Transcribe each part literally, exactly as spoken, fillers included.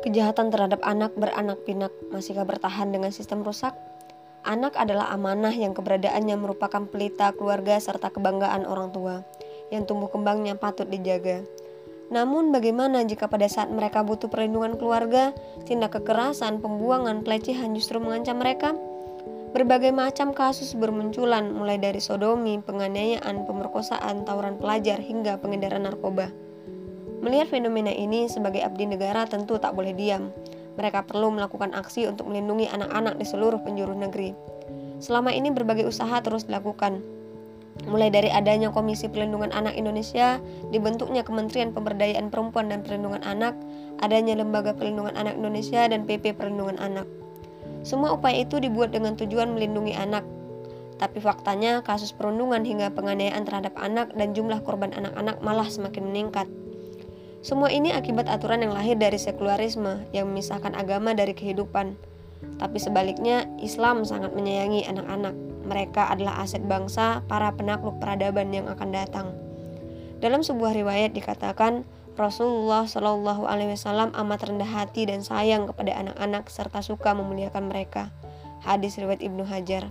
Kejahatan terhadap anak beranak pinak masihkah bertahan dengan sistem rusak? Anak adalah amanah yang keberadaannya merupakan pelita keluarga serta kebanggaan orang tua, yang tumbuh kembangnya patut dijaga. Namun bagaimana jika pada saat mereka butuh perlindungan keluarga, tindak kekerasan, pembuangan, pelecehan justru mengancam mereka? Berbagai macam kasus bermunculan, mulai dari sodomi, penganiayaan, pemerkosaan, tawuran pelajar, hingga pengedaran narkoba. Melihat fenomena ini sebagai abdi negara tentu tak boleh diam. Mereka perlu melakukan aksi untuk melindungi anak-anak di seluruh penjuru negeri. Selama ini berbagai usaha terus dilakukan. Mulai dari adanya Komisi Perlindungan Anak Indonesia, dibentuknya Kementerian Pemberdayaan Perempuan dan Perlindungan Anak, adanya Lembaga Perlindungan Anak Indonesia dan P P Perlindungan Anak. Semua upaya itu dibuat dengan tujuan melindungi anak. Tapi faktanya kasus perundungan hingga penganiayaan terhadap anak dan jumlah korban anak-anak malah semakin meningkat. Semua ini akibat aturan yang lahir dari sekularisme yang memisahkan agama dari kehidupan. Tapi sebaliknya, Islam sangat menyayangi anak-anak. Mereka adalah aset bangsa, para penakluk peradaban yang akan datang. Dalam sebuah riwayat dikatakan, Rasulullah Shallallahu Alaihi Wasallam amat rendah hati dan sayang kepada anak-anak serta suka memuliakan mereka. Hadis riwayat Ibnu Hajar.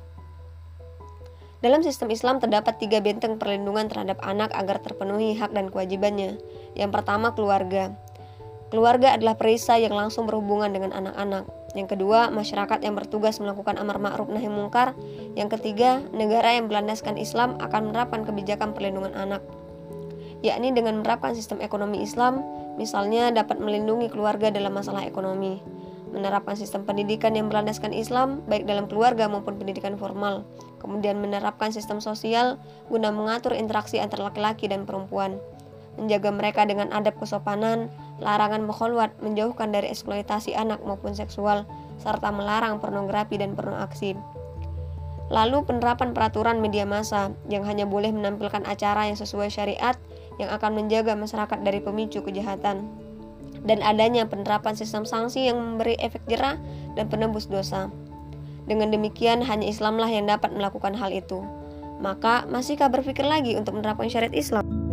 Dalam sistem Islam terdapat tiga benteng perlindungan terhadap anak agar terpenuhi hak dan kewajibannya. Yang pertama, keluarga. Keluarga adalah perisai yang langsung berhubungan dengan anak-anak. Yang kedua, masyarakat yang bertugas melakukan amar ma'ruf nahi mungkar. Yang ketiga, negara yang berlandaskan Islam akan menerapkan kebijakan perlindungan anak, yakni dengan menerapkan sistem ekonomi Islam, misalnya dapat melindungi keluarga dalam masalah ekonomi. Menerapkan sistem pendidikan yang berlandaskan Islam, baik dalam keluarga maupun pendidikan formal. Kemudian menerapkan sistem sosial guna mengatur interaksi antara laki-laki dan perempuan. Menjaga mereka dengan adab kesopanan, larangan mukhalwat, menjauhkan dari eksploitasi anak maupun seksual, serta melarang pornografi dan pornoaksi. Lalu penerapan peraturan media massa yang hanya boleh menampilkan acara yang sesuai syariat yang akan menjaga masyarakat dari pemicu kejahatan. Dan adanya penerapan sistem sanksi yang memberi efek jera dan penebus dosa. Dengan demikian hanya Islamlah yang dapat melakukan hal itu. Maka masihkah berpikir lagi untuk menerapkan syariat Islam?